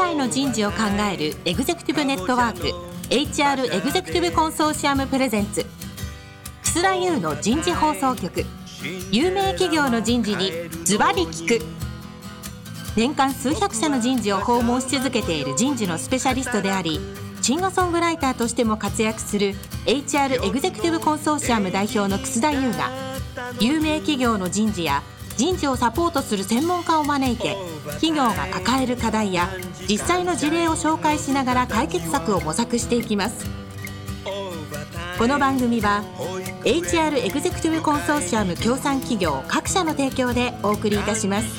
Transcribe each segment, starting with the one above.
来の人事を考えるエグゼクティブネットワーク HR エグゼクティブコンソーシアムプレゼンツ楠田優の人事放送局。有名企業の人事にズバリ聞く。年間数百社の人事を訪問し続けている人事のスペシャリストであり、シンガーソングライターとしても活躍する HR エグゼクティブコンソーシアム代表の楠田優が、有名企業の人事や人事をサポートする専門家を招いて、企業が抱える課題や実際の事例を紹介しながら解決策を模索していきます。この番組は HR エグゼクティブコンソーシアム協賛企業各社の提供でお送りいたします。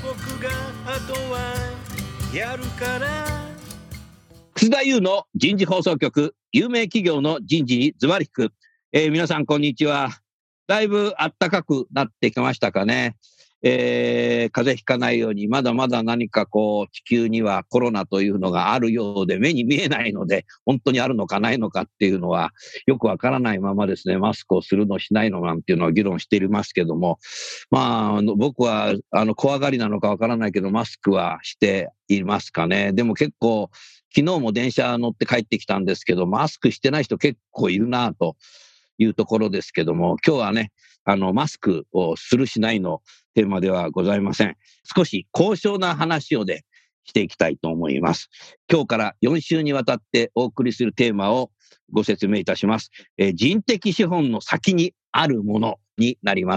楠田優の人事放送局、有名企業の人事にズバリ聞く。皆さんこんにちは。だいぶ暖かくなってきましたかね。風邪ひかないように、まだまだ何か地球にはコロナというのがあるようで目に見えないので、本当にあるのかないのかっていうのはよくわからないままですね、マスクをするのしないのなんていうのを議論していますけども、僕は怖がりなのかわからないけどマスクはしていますかね。でも結構昨日も電車乗って帰ってきたんですけど、マスクしてない人結構いるなというところですけども、今日はね、マスクをするしないのテーマではございません。少し高尚な話をしていきたいと思います。今日から4週にわたってお送りするテーマをご説明いたします。人的資本の先にあるものになります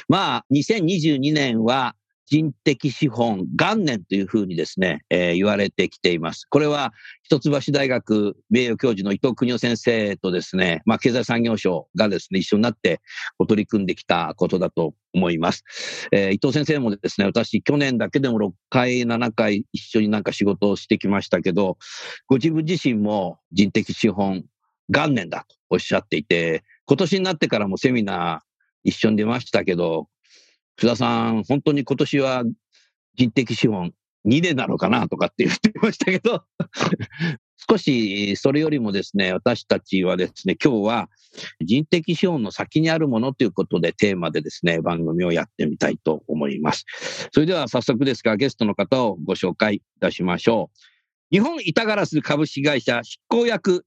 。2022年は人的資本元年というふうにですね、言われてきています。これは一橋大学名誉教授の伊藤邦夫先生とですね、経済産業省がですね、一緒になって取り組んできたことだと思います。伊藤先生もですね、私去年だけでも6回、7回一緒に仕事をしてきましたけど、ご自分自身も人的資本元年だとおっしゃっていて、今年になってからもセミナー一緒に出ましたけど、須田さん、本当に今年は人的資本2年なのかなとかって言ってましたけど、少しそれよりもですね、私たちはですね、今日は人的資本の先にあるものということでテーマでですね、番組をやってみたいと思います。それでは早速ですが、ゲストの方をご紹介いたしましょう。日本板ガラス株式会社執行役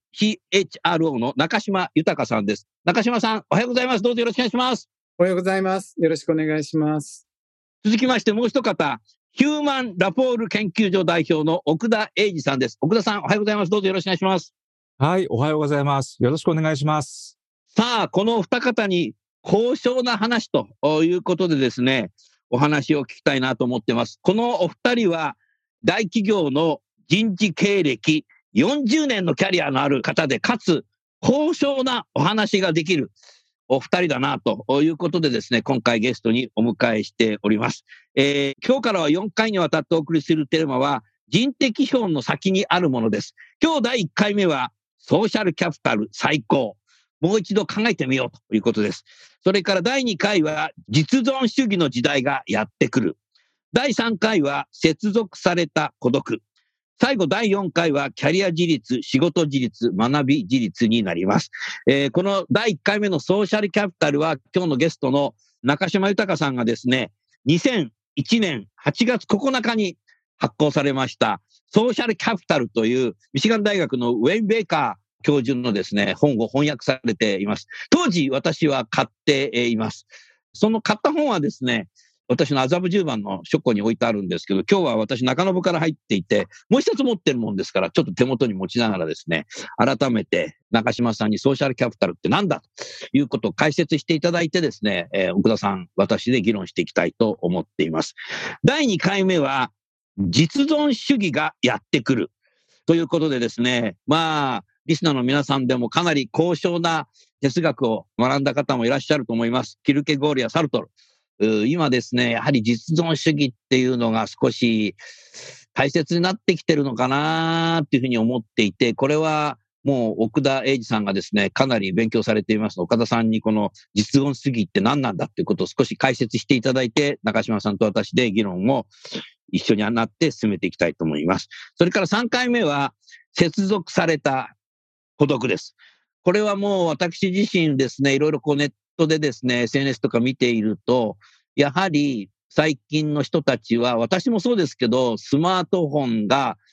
CHRO の中島豊さんです。中島さん、おはようございます。どうぞよろしくお願いします。 おはようございます。よろしくお願いします。 続きましてもう一方、ヒューマンラポール研究所代表の奥田英二さんです。奥田さん、おはようございます。どうぞよろしくお願いします。 はい、おはようございます。よろしくお願いします。 さあ、この二方に高尚な話ということでですね、お話を聞きたいなと思ってます。このお二人は大企業の人事経歴40年のキャリアのある方で、かつ高尚なお話ができるお二人だなということでですね、今回ゲストにお迎えしております。今日からは4回にわたってお送りするテーマは人的資本の先にあるものです。今日第1回目はソーシャルキャピタル最高。もう一度考えてみようということです。それから第2回は実存主義の時代がやってくる。第3回は接続された孤独。最後第4回はキャリア自立、仕事自立、学び自立になります。この第1回目のソーシャルキャピタルは今日のゲストの中島豊さんがですね、2001年8月9日に発行されましたソーシャルキャピタルというミシガン大学のウェイン・ベイカー教授のですね、本を翻訳されています。当時私は買っています。その買った本はですね、私の麻布十番の書庫に置いてあるんですけど、今日は私中延から入っていて、もう一つ持ってるもんですから、ちょっと手元に持ちながらですね、改めて中島さんにソーシャルキャピタルって何だということを解説していただいてですね、奥田さん、私で議論していきたいと思っています。第2回目は、実存主義がやってくるということでですね、リスナーの皆さんでもかなり高尚な哲学を学んだ方もいらっしゃると思います。キルケゴールやサルトル。今ですね、やはり実存主義っていうのが少し大切になってきてるのかなっていうふうに思っていて、これはもう奥田英二さんがですね、かなり勉強されていますので、岡田さんにこの実存主義って何なんだっていうことを少し解説していただいて、中島さんと私で議論を一緒になって進めていきたいと思います。それから3回目は接続された孤独です。これはもう私自身ですね、いろいろネットでですね、SNS とか見ていると、やはり最近の人たちは、私もそうですけど、スマートフォンが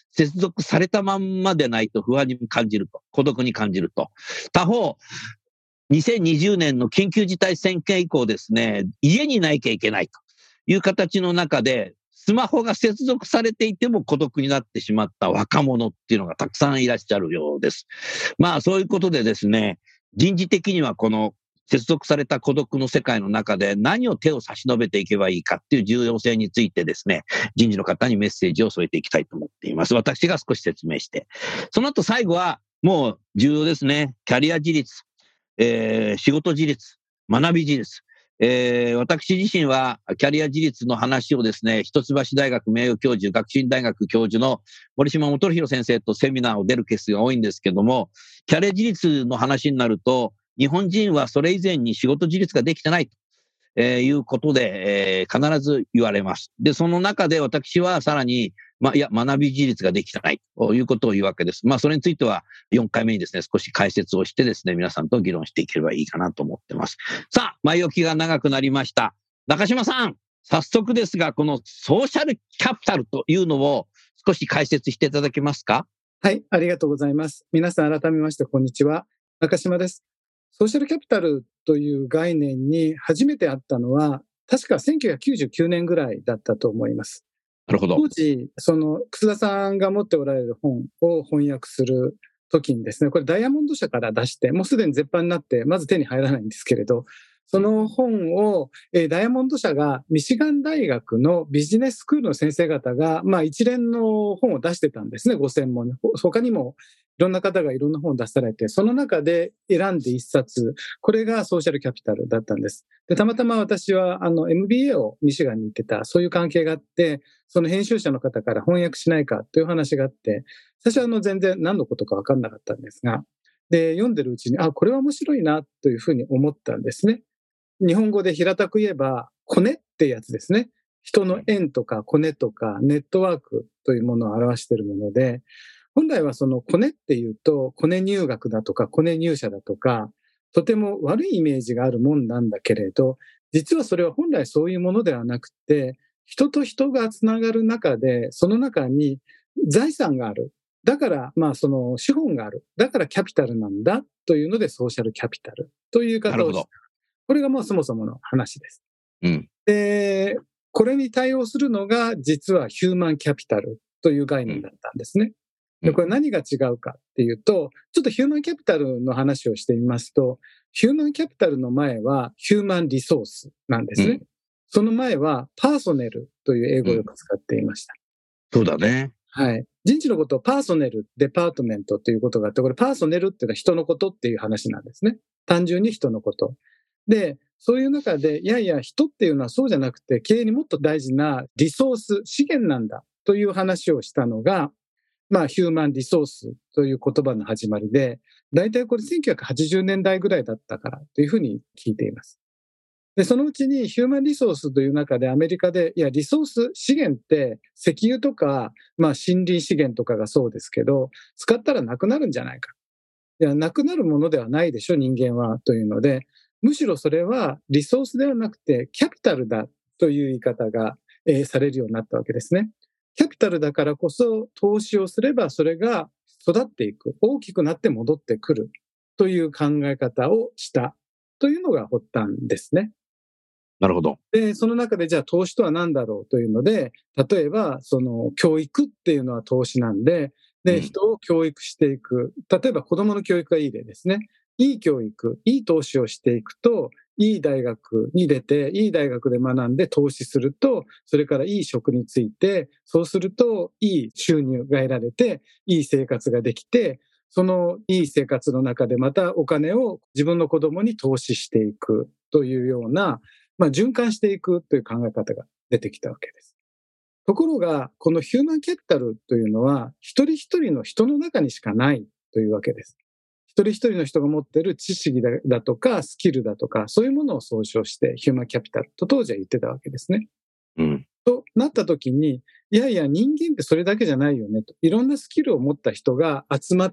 接続されたまんまでないと不安に感じると、孤独に感じると。他方、2020年の緊急事態宣言以降ですね、家にいなきゃいけないという形の中で、スマホが接続されていても孤独になってしまった若者っていうのがたくさんいらっしゃるようです。まあそういうことでですね、人事的にはこの接続された孤独の世界の中で何を手を差し伸べていけばいいかっていう重要性についてですね、人事の方にメッセージを添えていきたいと思っています。私が少し説明して。その後最後はもう重要ですね。キャリア自立、仕事自立、学び自立。私自身はキャリア自立の話をですね、一橋大学名誉教授、学習院大学教授の森島元弘先生とセミナーを出るケースが多いんですけども、キャリア自立の話になると、日本人はそれ以前に仕事自立ができてないということで、必ず言われます。で、その中で私はさらに、学び自立ができてないということを言うわけです。それについては4回目にですね、少し解説をしてですね、皆さんと議論していければいいかなと思ってます。さあ、前置きが長くなりました。中島さん、早速ですが、このソーシャルキャピタルというのを少し解説していただけますか？ はい、ありがとうございます。皆さん改めましてこんにちは。中島です。ソーシャルキャピタルという概念に初めて会ったのは、確か1999年ぐらいだったと思います。 なるほど。 当時、楠田さんが持っておられる本を翻訳する時にですね、これダイヤモンド社から出して、もうすでに絶版になって、まず手に入らないんですけれど、その本を、ダイヤモンド社がミシガン大学のビジネススクールの先生方が、一連の本を出してたんですね、ご専門に。他にもいろんな方がいろんな本を出されて、その中で選んで一冊、これがソーシャルキャピタルだったんです。で、たまたま私はMBA をミシガンに行ってた、そういう関係があって、その編集者の方から翻訳しないかという話があって、最初は全然何のことか分かんなかったんですが、で、読んでるうちに、これは面白いなというふうに思ったんですね。日本語で平たく言えば、コネってやつですね。人の縁とかコネとかネットワークというものを表しているもので、本来はそのコネっていうと、コネ入学だとかコネ入社だとか、とても悪いイメージがあるもんなんだけれど、実はそれは本来そういうものではなくて、人と人がつながる中で、その中に財産がある。だから、その資本がある。だからキャピタルなんだというので、ソーシャルキャピタルという言い方をした。これがそもそもの話です。で、これに対応するのが、実はヒューマンキャピタルという概念だったんですね。で、これ何が違うかっていうと、ちょっとヒューマンキャピタルの話をしてみますと、ヒューマンキャピタルの前はヒューマンリソースなんですね。その前はパーソネルという英語をよく使っていました。 そうだね。 はい。人事のことをパーソネル、デパートメントということがあって、これパーソネルっていうのは人のことっていう話なんですね。単純に人のこと。で、そういう中で、いやいや、人っていうのはそうじゃなくて、経営にもっと大事なリソース、資源なんだという話をしたのが、ヒューマンリソースという言葉の始まりで、大体これ1980年代ぐらいだったからというふうに聞いています。で、そのうちにヒューマンリソースという中でアメリカで、いや、リソース、資源って石油とか、森林資源とかがそうですけど、使ったらなくなるんじゃないか。いや、なくなるものではないでしょ、人間は、というので、むしろそれはリソースではなくてキャピタルだという言い方が、されるようになったわけですね。キャピタルだからこそ投資をすればそれが育っていく、大きくなって戻ってくるという考え方をしたというのが発端ですね。 なるほど。 で、その中でじゃあ投資とは何だろうというので、例えばその教育っていうのは投資なんで、人を教育していく。例えば子供の教育がいい例ですね。いい教育、いい投資をしていくと、いい大学に出て、いい大学で学んで投資すると、それからいい職について、そうするといい収入が得られて、いい生活ができて、そのいい生活の中でまたお金を自分の子供に投資していくというような、循環していくという考え方が出てきたわけです。ところが、このヒューマンキャピタルというのは、一人一人の人の中にしかないというわけです。一人一人の人が持っている知識だとか、スキルだとか、そういうものを総称して、ヒューマンキャピタルと当時は言ってたわけですね。となった時に、いやいや、人間ってそれだけじゃないよねと。いろんなスキルを持った人が集まって、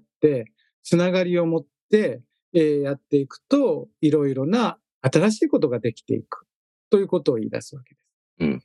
つながりを持って、やっていくと、いろいろな新しいことができていくということを言い出すわけです。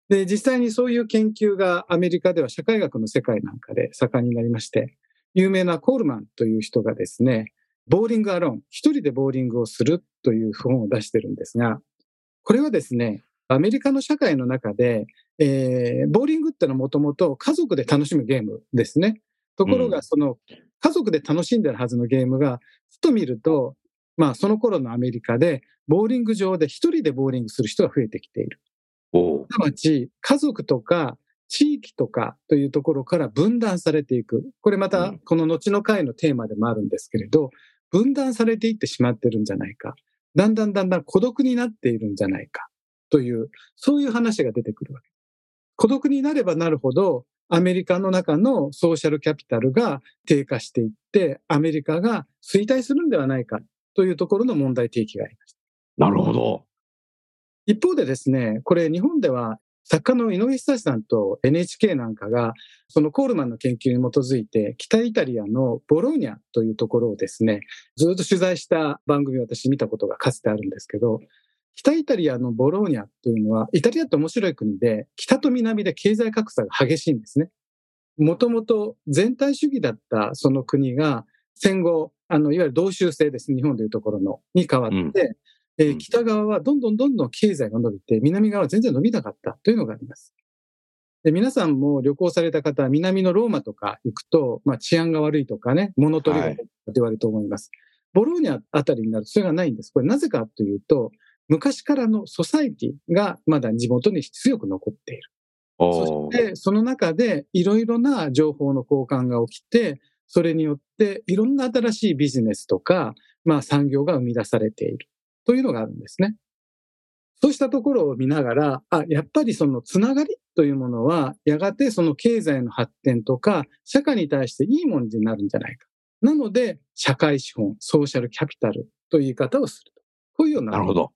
で、実際にそういう研究がアメリカでは社会学の世界なんかで盛んになりまして、有名なコールマンという人がですね、ボーリングアローン、一人でボーリングをするという本を出してるんですが、これはですね、アメリカの社会の中で、ボーリングってのはもともと家族で楽しむゲームですね。ところが、その家族で楽しんでるはずのゲームが、ふと見ると、その頃のアメリカで、ボーリング場で一人でボーリングする人が増えてきている。すなわち、家族とか地域とかというところから分断されていく。これまた、この後の回のテーマでもあるんですけれど、分断されていってしまってるんじゃないか。だんだん孤独になっているんじゃないか。という、そういう話が出てくるわけです。孤独になればなるほど、アメリカの中のソーシャルキャピタルが低下していって、アメリカが衰退するんではないかというところの問題提起がありました。 なるほど。 一方でですね、これ日本では作家の井上久志さんと NHK なんかが、そのコールマンの研究に基づいて、北イタリアのボローニャというところをですね、ずっと取材した番組を私見たことがかつてあるんですけど、北イタリアのボローニャというのは、イタリアって面白い国で、北と南で経済格差が激しいんですね。もともと全体主義だったその国が、戦後、いわゆる同州制ですね、日本でいうところの、に変わって、北側はどんどん経済が伸びて、南側は全然伸びなかったというのがあります。で、皆さんも旅行された方は、南のローマとか行くと、治安が悪いとかね、物取りが多いと言われると思います。ボローニャあたりになるとそれがないんです。これなぜかというと、昔からのソサイティがまだ地元に強く残っている。そして、その中でいろいろな情報の交換が起きて、それによっていろんな新しいビジネスとか、産業が生み出されているというのがあるんですね。そうしたところを見ながら、やっぱりそのつながりというものは、やがてその経済の発展とか、社会に対していいものになるんじゃないか。なので、社会資本、ソーシャルキャピタルという言い方をすると。こういうような。 なるほど。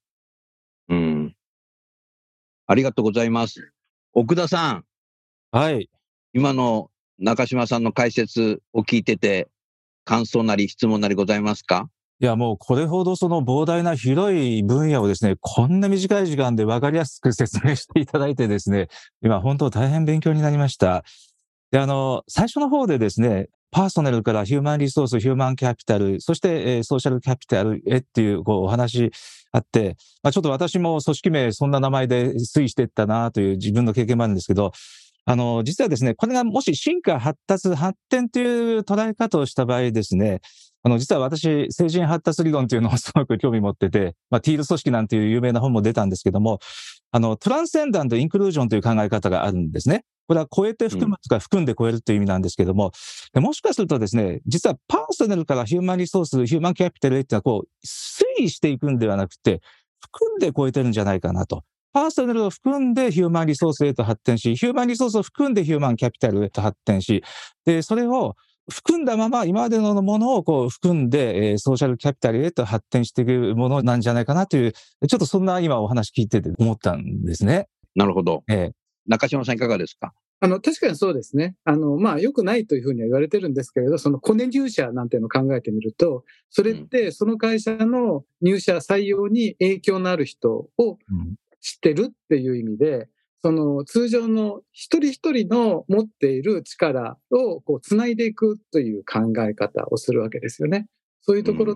ありがとうございます。奥田さん。 はい。 今の中島さんの解説を聞いてて、感想なり質問なりございますか？ いや、もうこれほどその膨大な広い分野をですね、こんな短い時間で分かりやすく説明していただいてですね、今本当大変勉強になりました。で、最初の方でですね、パーソナルからヒューマンリソース、ヒューマンキャピタル、そして、ソーシャルキャピタルへっていうお話あって、ちょっと私も組織名そんな名前で推移していったなという自分の経験もあるんですけど、実はですね、これがもし進化、発達、発展という捉え方をした場合ですね、実は私、成人発達理論というのをすごく興味持ってて、ティール組織なんていう有名な本も出たんですけども、トランセンダント・インクルージョンという考え方があるんですね。これは超えて含むとか含んで超えるという意味なんですけども、もしかするとですね、実はパーソナルからヒューマンリソース、ヒューマンキャピタルへっていうのは推移していくんではなくて、含んで超えてるんじゃないかなと。パーソナルを含んでヒューマンリソースへと発展し、ヒューマンリソースを含んでヒューマンキャピタルへと発展し、で、それを含んだまま今までのものを含んで、ソーシャルキャピタルへと発展していくものなんじゃないかなという、ちょっとそんな今お話聞いてて思ったんですね。 なるほど。中島さんいかがですか？ 確かにそうですね。良くないというふうには言われてるんですけれど、そのコネ入社なんていうのを考えてみると、それってその会社の入社採用に影響のある人を知ってるっていう意味で、その通常の一人一人の持っている力をつないでいくという考え方をするわけですよね。そういうところって、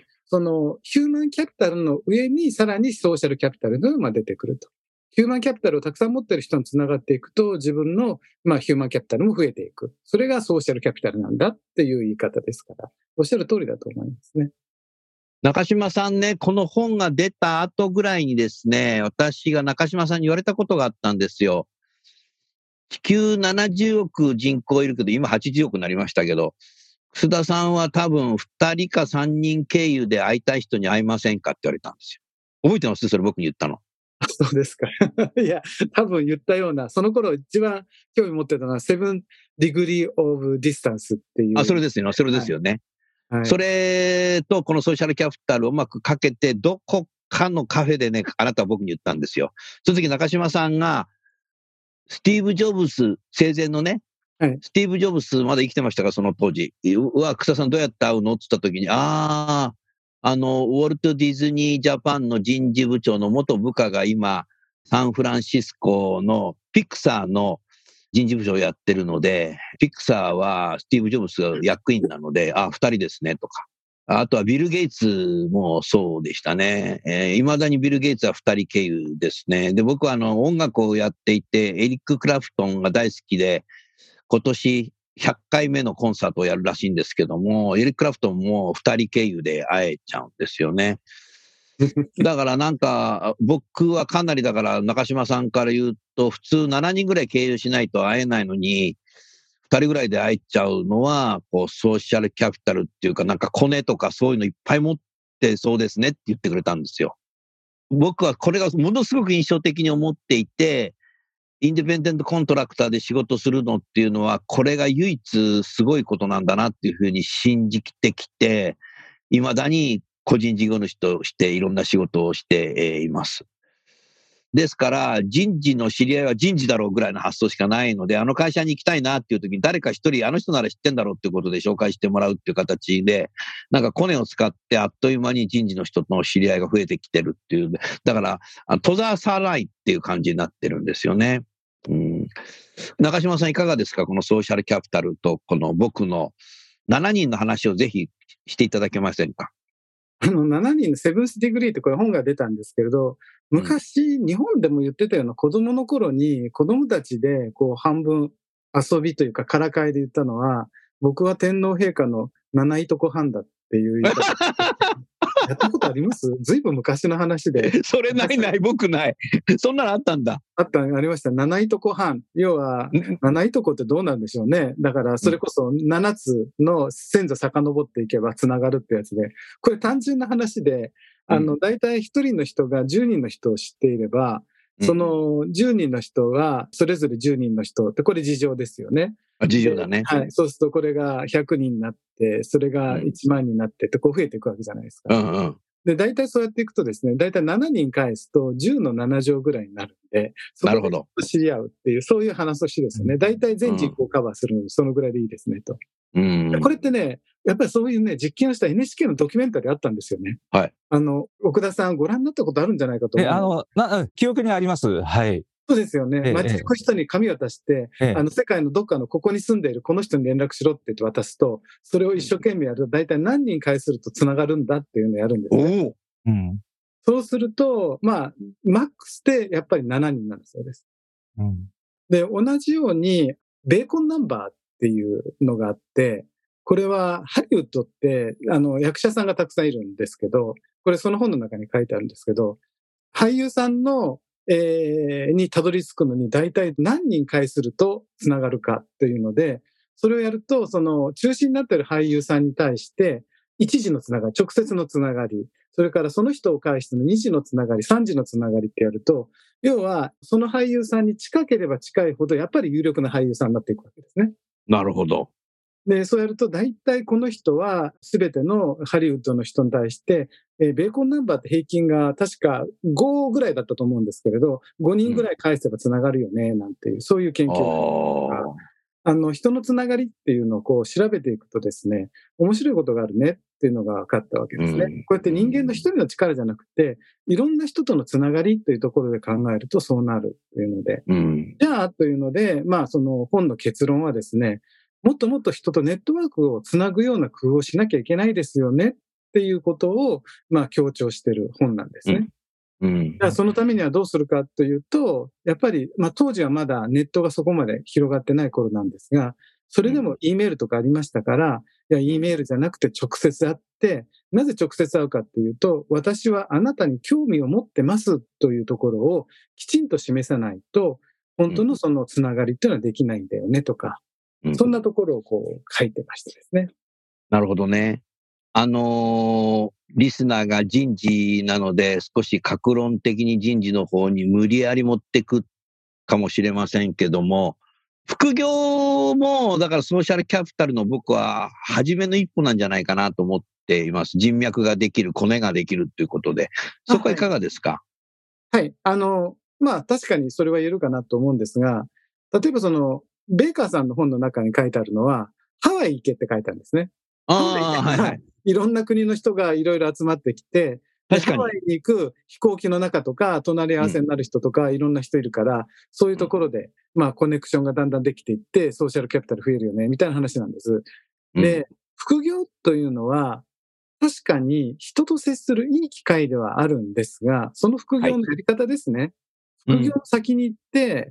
そのヒューマンキャピタルの上にさらにソーシャルキャピタルが出てくると。ヒューマンキャピタルをたくさん持っている人につながっていくと、自分のヒューマンキャピタルも増えていく。それがソーシャルキャピタルなんだっていう言い方ですから、おっしゃる通りだと思いますね。 中島さんね、この本が出た後ぐらいにですね、私が中島さんに言われたことがあったんですよ。地球70億人口いるけど、今80億になりましたけど、楠田さんは多分2人か3人経由で会いたい人に会いませんかって言われたんですよ。覚えてます？それ僕に言ったの。 そうですか。いや、多分言ったような、その頃一番興味持ってたのは、7 degree of distance っていう。 それですよ。それですよね。 はい。 それと、このソーシャルキャピタルをうまくかけて、どこかのカフェでね、あなたは僕に言ったんですよ。その時中島さんが、スティーブ・ジョブス、生前のね、 はい、 スティーブ・ジョブスまだ生きてましたか、その当時。草さんどうやって会うのって言った時に、ウォルト・ディズニー・ジャパンの人事部長の元部下が今、 サンフランシスコのピクサーの人事部長をやってるので、ピクサーはスティーブ・ジョブズが役員なので、二人ですねとか。あとはビル・ゲイツもそうでしたね。未だにビル・ゲイツは二人経由ですね。で、僕は音楽をやっていて、エリック・クラプトンが大好きで、今年100回目のコンサートをやるらしいんですけども、エリック・クラプトンも二人経由で会えちゃうんですよね。だからなんか、僕はかなりだから中島さんから言うと、普通7人ぐらい経由しないと会えないのに、2人ぐらいで会えちゃうのは、こう、ソーシャルキャピタルっていうか、なんかコネとかそういうのいっぱい持ってそうですねって言ってくれたんですよ。僕はこれがものすごく印象的に思っていて、インディペンデントコントラクターで仕事するのっていうのは、これが唯一すごいことなんだなっていうふうに信じてきて、未だに個人事業主としていろんな仕事をしています。ですから、人事の知り合いは人事だろうぐらいの発想しかないので、あの会社に行きたいなっていう時に誰か一人、あの人なら知ってんだろうっていうことで紹介してもらうっていう形で、なんかコネを使ってあっという間に人事の人との知り合いが増えてきてるっていう。だから、戸沢サーライっていう感じになってるんですよね。中島さんいかがですか？このソーシャルキャピタルとこの僕の7人の話をぜひしていただけませんか 7人のセブンスディグリーってこれ本が出たんですけれど、昔、日本でも言ってたような子供の頃に子供たちでこう半分遊びというかからかいで言ったのは、僕は天皇陛下の七いとこ半だっていう言い方。やったことあります？ずいぶん昔の話で。 それない、僕ない。そんなのあったんだ。 ありました。七いとこ半。要は、七いとこってどうなんでしょうね。だから、それこそ7つの先祖遡っていけば繋がるってやつで、これ単純な話で、大体1人の人が10人の人を知っていれば、その10人の人は、それぞれ10人の人って、これ事情ですよね。 事情だね。 はい。そうすると、これが100人になって、それが1万になってって、こう増えていくわけじゃないですか。で、大体そうやっていくとですね、大体7人返すと10の7乗ぐらいになるんで、 なるほど。 知り合うっていう、そういう話ですよね。大体全人口をカバーするのにそのぐらいでいいですね、と。これってね、やっぱりそういうね、実験をした NHK のドキュメンタリーあったんですよね。 はい。 奥田さんご覧になったことあるんじゃないかと思う。 記憶にあります。はい。 そうですよね。街行く人に紙渡して、世界のどっかのここに住んでいるこの人に連絡しろって言って渡すと、それを一生懸命やると大体何人返すると繋がるんだっていうのをやるんですね。そうすると、マックスでやっぱり7人なんですよです。で、同じように、ベーコンナンバーっていうのがあって、これはハリウッドって、役者さんがたくさんいるんですけど、これその本の中に書いてあるんですけど、俳優さんの、にたどり着くのに大体何人返すると繋がるかっていうので、それをやると、その中心になっている俳優さんに対して、一時のつながり、直接のつながり、それからその人を介しての二次のつながり、三次のつながりってやると、要はその俳優さんに近ければ近いほど、やっぱり有力な俳優さんになっていくわけですね。 なるほど。 で、そうやると大体この人は全てのハリウッドの人に対して、ベーコンナンバーって平均が確か5ぐらいだったと思うんですけれど、5人ぐらい返せばつながるよね、なんていう、そういう研究が人のつながりっていうのをこう調べていくとですね、面白いことがあるねっていうのが分かったわけですね。こうやって人間の一人の力じゃなくて、いろんな人とのつながりというところで考えるとそうなるというので、じゃあというので、その本の結論はですね、もっともっと人とネットワークをつなぐような工夫をしなきゃいけないですよねっていうことを、強調している本なんですね。じゃあそのためにはどうするかというと、やっぱり、当時はまだネットがそこまで広がってない頃なんですが、それでも E メールとかありましたから、いや、E メールじゃなくて直接会って、なぜ直接会うかっていうと、私はあなたに興味を持ってますというところをきちんと示さないと、本当のそのつながりっていうのはできないんだよねとか、そんなところをこう書いてましたですね。 なるほどね。リスナーが人事なので少し格論的に人事の方に無理やり持ってくかもしれませんけども、副業もだからソーシャルキャピタルの僕は初めの一歩なんじゃないかなと思っています。人脈ができる、コネができるということで。そこはいかがですか？ はい。確かにそれは言えるかなと思うんですが、例えばその、ベーカーさんの本の中に書いてあるのは、ハワイ行けって書いてあるんですね。いろんな国の人がいろいろ集まってきて、 確かにハワイに行く飛行機の中とか、隣り合わせになる人とか、いろんな人いるから、そういうところで、コネクションがだんだんできていって、ソーシャルキャピタル増えるよね、みたいな話なんです。で、副業というのは、確かに人と接するいい機会ではあるんですが、その副業のやり方ですね。副業の先に行って、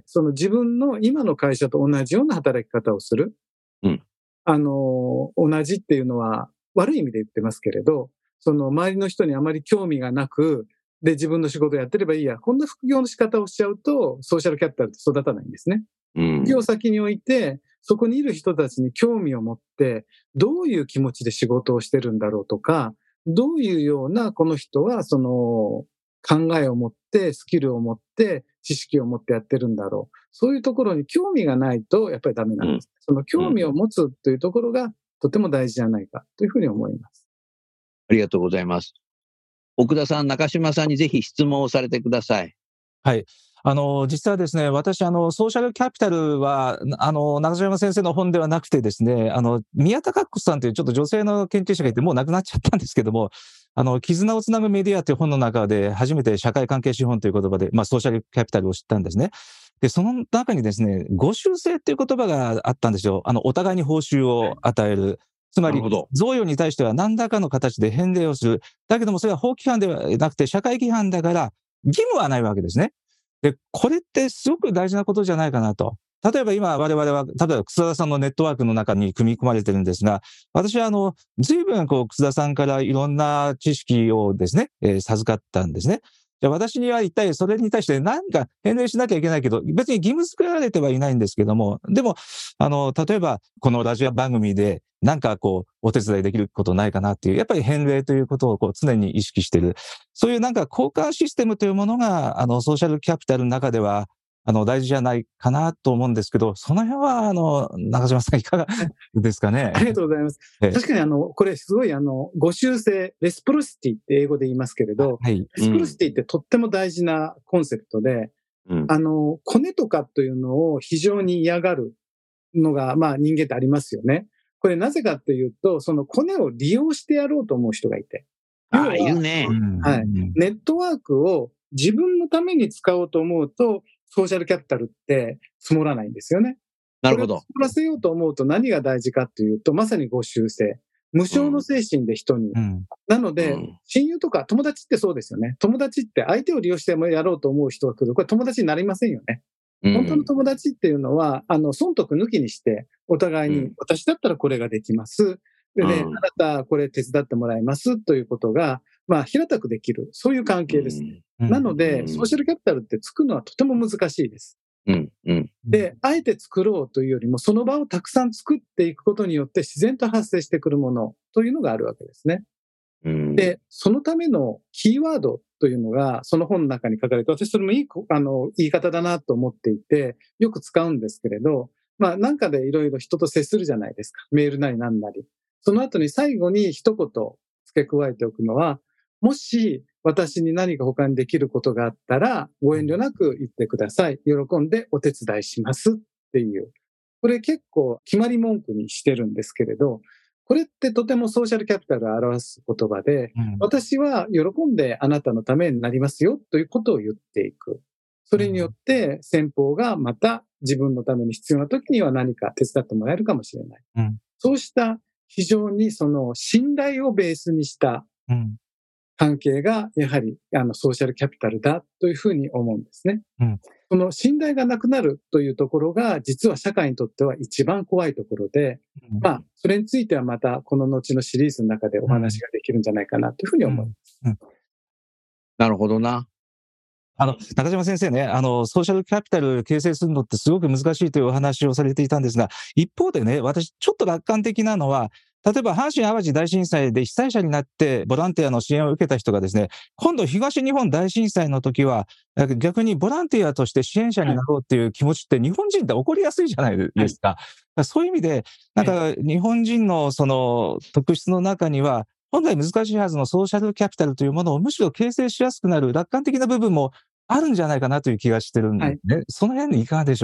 その自分の今の会社と同じような働き方をする。同じっていうのは悪い意味で言ってますけれど、その周りの人にあまり興味がなく、で、自分の仕事をやってればいいや。こんな副業の仕方をしちゃうと、ソーシャルキャピタルって育たないんですね。副業を先に置いて、そこにいる人たちに興味を持って、どういう気持ちで仕事をしてるんだろうとか、どういうようなこの人はその考えを持って、スキルを持って、知識を持ってやってるんだろう。そういうところに興味がないとやっぱりダメなんです。その興味を持つというところがとても大事じゃないかというふうに思います。 ありがとうございます。奥田さん、中島さんにぜひ質問をされてください。 はい。実はですね、私、ソーシャルキャピタルは、中島先生の本ではなくてですね、宮田克子さんというちょっと女性の研究者がいて、もう亡くなっちゃったんですけども、絆をつなぐメディアという本の中で、初めて社会関係資本という言葉で、ソーシャルキャピタルを知ったんですね。で、その中にですね、互酬制っていう言葉があったんですよ。お互いに報酬を与える。つまり、贈与に対しては何らかの形で返礼をする。だけども、それは法規範ではなくて社会規範だから、義務はないわけですね。で、これってすごく大事なことじゃないかなと。例えば今我々は、例えば楠田さんのネットワークの中に組み込まれてるんですが、私は随分楠田さんからいろんな知識をですね、授かったんですね。じゃあ私には一体それに対して何か返礼しなきゃいけないけど、別に義務付けられてはいないんですけども、でも、例えばこのラジオ番組でなんかお手伝いできることないかなっていう、やっぱり返礼ということを常に意識している。そういうなんか交換システムというものが、ソーシャルキャピタルの中では、大事じゃないかなと思うんですけど、その辺は、中島さんいかがですかね。 ありがとうございます。確かにこれすごい互酬性、レスプロシティって英語で言いますけれど、レスプロシティってとっても大事なコンセプトで、コネとかというのを非常に嫌がるのが、人間ってありますよね。これなぜかっていうと、そのコネを利用してやろうと思う人がいて。 いるね。 はい。ネットワークを自分のために使おうと思うと、ソーシャルキャピタルって積もらないんですよね。 なるほど。 積もらせようと思うと何が大事かというと、まさに互酬性。無償の精神で人に。なので、親友とか友達ってそうですよね。友達って相手を利用してもやろうと思う人が来る。これ友達になりませんよね。本当の友達っていうのは、損得抜きにして、お互いに、私だったらこれができます。でね、あなたこれ手伝ってもらいますということが、平たくできる。そういう関係です。なので、ソーシャルキャピタルって作るのはとても難しいです。で、あえて作ろうというよりも、その場をたくさん作っていくことによって自然と発生してくるものというのがあるわけですね。で、そのためのキーワードというのが、その本の中に書かれて、私それもいい言い方だなと思っていて、よく使うんですけれど、なんかでいろいろ人と接するじゃないですか。メールなりなんなり。その後に最後に一言付け加えておくのは、もし私に何か他にできることがあったら、ご遠慮なく言ってください。喜んでお手伝いしますっていう。これ結構決まり文句にしてるんですけれど、これってとてもソーシャルキャピタルを表す言葉で、私は喜んであなたのためになりますよということを言っていく。それによって先方がまた自分のために必要な時には何か手伝ってもらえるかもしれない。そうした非常にその信頼をベースにした関係がやはりソーシャルキャピタルだというふうに思うんですね。その信頼がなくなるというところが実は社会にとっては一番怖いところで、それについてはまたこの後のシリーズの中でお話ができるんじゃないかなというふうに思います。 なるほどな。 中島先生ね、ソーシャルキャピタル形成するのってすごく難しいというお話をされていたんですが、一方でね、私ちょっと楽観的なのは、例えば阪神淡路大震災で被災者になってボランティアの支援を受けた人がですね、今度東日本大震災の時は逆にボランティアとして支援者になろうっていう気持ちって日本人って起こりやすいじゃないですか。そういう意味で、なんか日本人のその特質の中には、本来難しいはずのソーシャルキャピタルというものをむしろ形成しやすくなる楽観的な部分もあるんじゃないかなという気がしてるんですね。その辺いかがでしょう？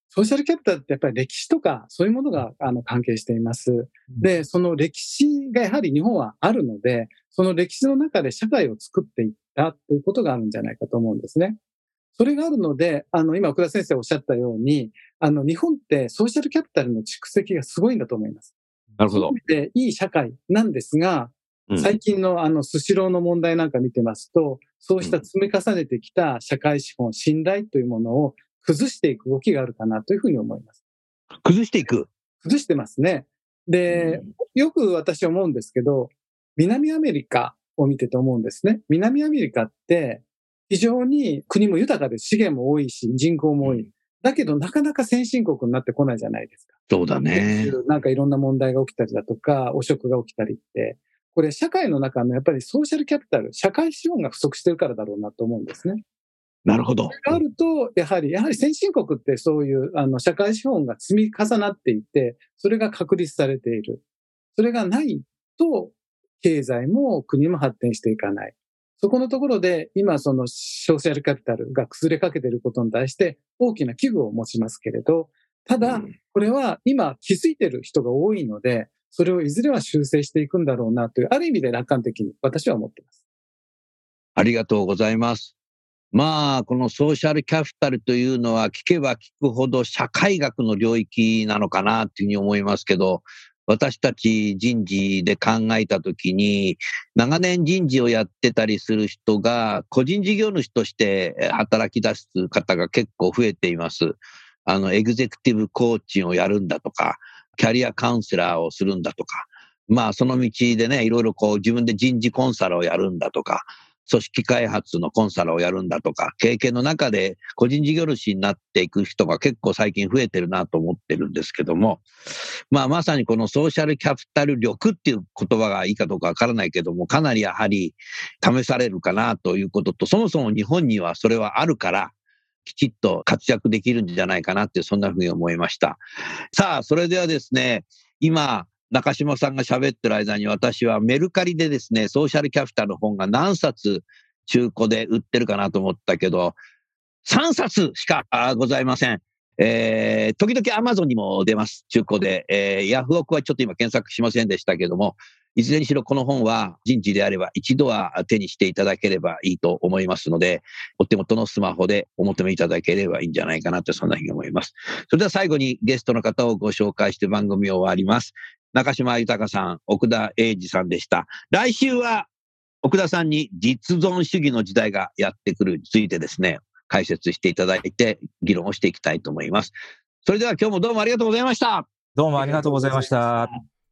ソーシャルキャピタルってやっぱり歴史とかそういうものが関係しています。で、その歴史がやはり日本はあるので、その歴史の中で社会を作っていったということがあるんじゃないかと思うんですね。それがあるので、今奥田先生おっしゃったように、日本ってソーシャルキャピタルの蓄積がすごいんだと思います。 なるほど。 で、いい社会なんですが、最近のスシローの問題なんか見てますと、そうした積み重ねてきた社会資本、信頼というものを崩していく動きがあるかなというふうに思います。 崩していく。 崩してますね。で、よく私思うんですけど、南アメリカを見てて思うんですね。南アメリカって非常に国も豊かで資源も多いし、人口も多い。だけどなかなか先進国になってこないじゃないですか。 そうだね。 なんかいろんな問題が起きたりだとか、汚職が起きたりって、これ社会の中のやっぱりソーシャルキャピタル、社会資本が不足してるからだろうなと思うんですね。 なるほど。 それがあると、やはり先進国ってそういう社会資本が積み重なっていて、それが確立されている。それがないと、経済も国も発展していかない。そこのところで、今そのソーシャルキャピタルが崩れかけていることに対して大きな危惧を持ちますけれど、ただ、これは今気づいている人が多いので、それをいずれは修正していくんだろうなという、ある意味で楽観的に私は思っています。 ありがとうございます。まあ、このソーシャルキャピタルというのは聞けば聞くほど社会学の領域なのかなというふうに思いますけど、私たち人事で考えたときに、長年人事をやってたりする人が個人事業主として働き出す方が結構増えています。エグゼクティブコーチをやるんだとか、キャリアカウンセラーをするんだとか、まあその道でね、いろいろ自分で人事コンサルをやるんだとか、組織開発のコンサルをやるんだとか、経験の中で個人事業主になっていく人が結構最近増えてるなと思ってるんですけども、まあまさにこのソーシャルキャピタル力っていう言葉がいいかどうかわからないけども、かなりやはり試されるかなということと、そもそも日本にはそれはあるから、きちっと活躍できるんじゃないかなって、そんなふうに思いました。さあ、それではですね、今、中島さんが喋ってる間に私はメルカリでですね、ソーシャルキャピタルの本が何冊中古で売ってるかなと思ったけど、3冊しかございません。時々 Amazon にも出ます、中古で。ヤフオクはちょっと今検索しませんでしたけども、いずれにしろこの本は人事であれば一度は手にしていただければいいと思いますので、お手元のスマホでお求めいただければいいんじゃないかなと、そんなふうに思います。それでは最後にゲストの方をご紹介して番組を終わります。中島豊さん、奥田英二さんでした。来週は奥田さんに実存主義の時代がやってくるについてですね、解説していただいて議論をしていきたいと思います。それでは今日もどうもありがとうございました。 どうもありがとうございました。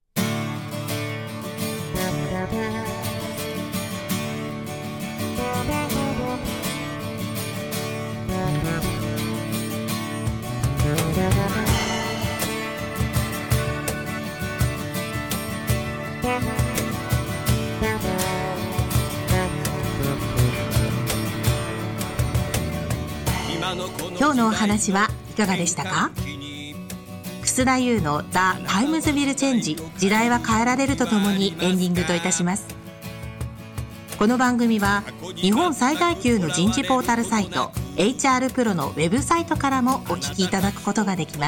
今日のお話はいかがでしたか？楠田優の The Times Will Change 時代は変えられるとともにエンディングといたします。この番組は日本最大級の人事ポータルサイト HR プロのウェブサイトからもお聞きいただくことができます。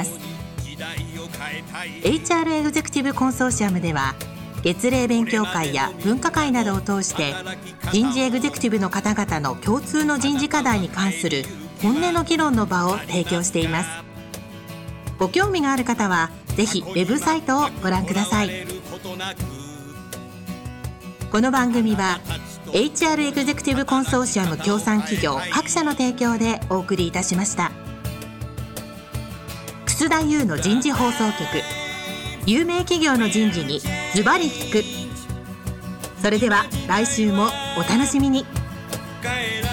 HR エグゼクティブコンソーシアムでは月例勉強会や分科会などを通して人事エグゼクティブの方々の共通の人事課題に関する本音の議論の場を提供しています。ご興味がある方はぜひウェブサイトをご覧ください。この番組は HR エグゼクティブコンソーシアム協賛企業各社の提供でお送りいたしました。楠田優の人事放送局、有名企業の人事にズバリ聞く。それでは来週もお楽しみに。